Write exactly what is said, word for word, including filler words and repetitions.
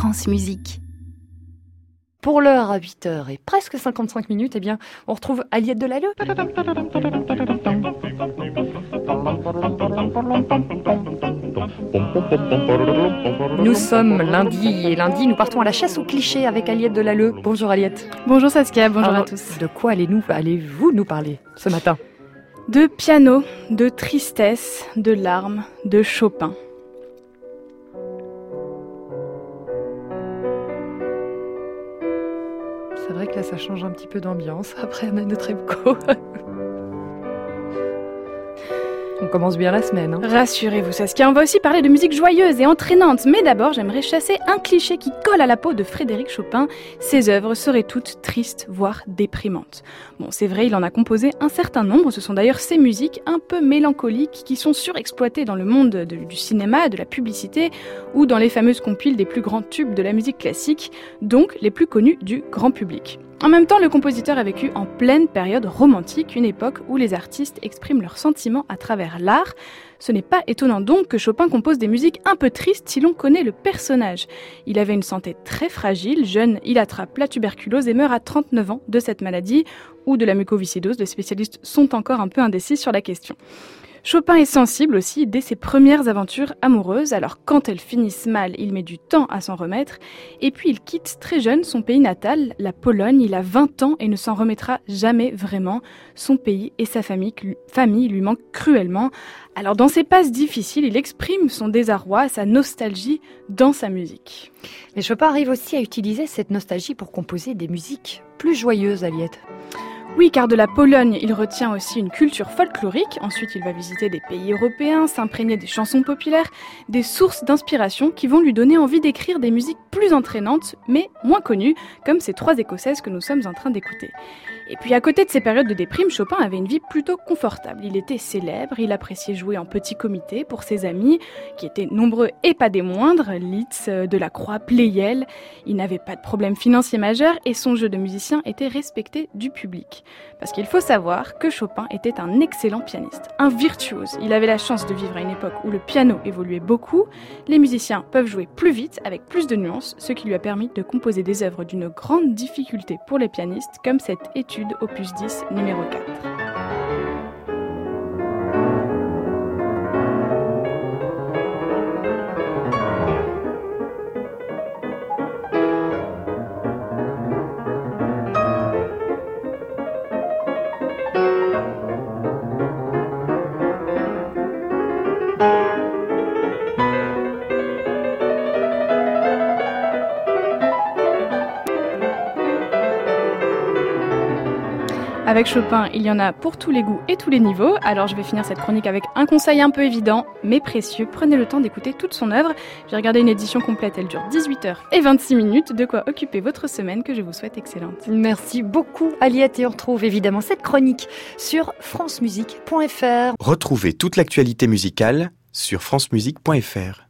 France Musique. Pour l'heure, à huit heures et presque cinquante-cinq minutes, eh bien, on retrouve Aliette Delalleux. Nous sommes lundi et lundi, nous partons à la chasse aux clichés avec Aliette Delalleux. Bonjour Aliette. Bonjour Saskia, bonjour Alors, à tous. De quoi allez-nous, allez-vous nous parler ce matin ? De piano, de tristesse, de larmes, de Chopin. C'est vrai que là, ça change un petit peu d'ambiance après Anna Netrebko. On commence bien la semaine. Hein. Rassurez-vous Saskia, on va aussi parler de musique joyeuse et entraînante. Mais d'abord, j'aimerais chasser un cliché qui colle à la peau de Frédéric Chopin. Ses œuvres seraient toutes tristes, voire déprimantes. Bon, c'est vrai, il en a composé un certain nombre. Ce sont d'ailleurs ces musiques un peu mélancoliques qui sont surexploitées dans le monde de, du cinéma, de la publicité ou dans les fameuses compiles des plus grands tubes de la musique classique, donc les plus connus du grand public. En même temps, le compositeur a vécu en pleine période romantique, une époque où les artistes expriment leurs sentiments à travers l'art. Ce n'est pas étonnant donc que Chopin compose des musiques un peu tristes si l'on connaît le personnage. Il avait une santé très fragile, jeune, il attrape la tuberculose et meurt à trente-neuf ans de cette maladie ou de la mucoviscidose. Les spécialistes sont encore un peu indécis sur la question. Chopin est sensible aussi dès ses premières aventures amoureuses, alors quand elles finissent mal, il met du temps à s'en remettre, et puis il quitte très jeune son pays natal, la Pologne, il a vingt ans et ne s'en remettra jamais vraiment. Son pays et sa famille, famille lui manquent cruellement. Alors dans ces passes difficiles, il exprime son désarroi, sa nostalgie dans sa musique. Mais Chopin arrive aussi à utiliser cette nostalgie pour composer des musiques plus joyeuses, Aliette. Oui, car de la Pologne, il retient aussi une culture folklorique. Ensuite, il va visiter des pays européens, s'imprégner des chansons populaires, des sources d'inspiration qui vont lui donner envie d'écrire des musiques plus entraînantes, mais moins connues, comme ces trois Écossaises que nous sommes en train d'écouter. Et puis à côté de ces périodes de déprime, Chopin avait une vie plutôt confortable. Il était célèbre, il appréciait jouer en petit comité pour ses amis, qui étaient nombreux et pas des moindres, Liszt, Delacroix, Pleyel. Il n'avait pas de problème financier majeur et son jeu de musicien était respecté du public. Parce qu'il faut savoir que Chopin était un excellent pianiste, un virtuose. Il avait la chance de vivre à une époque où le piano évoluait beaucoup. Les musiciens peuvent jouer plus vite, avec plus de nuances, ce qui lui a permis de composer des œuvres d'une grande difficulté pour les pianistes, comme cette étude opus dix numéro quatre. Avec Chopin, il y en a pour tous les goûts et tous les niveaux. Alors je vais finir cette chronique avec un conseil un peu évident, mais précieux. Prenez le temps d'écouter toute son œuvre. J'ai regardé une édition complète, elle dure dix-huit heures et vingt-six minutes. De quoi occuper votre semaine que je vous souhaite excellente. Merci beaucoup Aliette et on retrouve évidemment cette chronique sur francemusique point f r. Retrouvez toute l'actualité musicale sur francemusique point f r.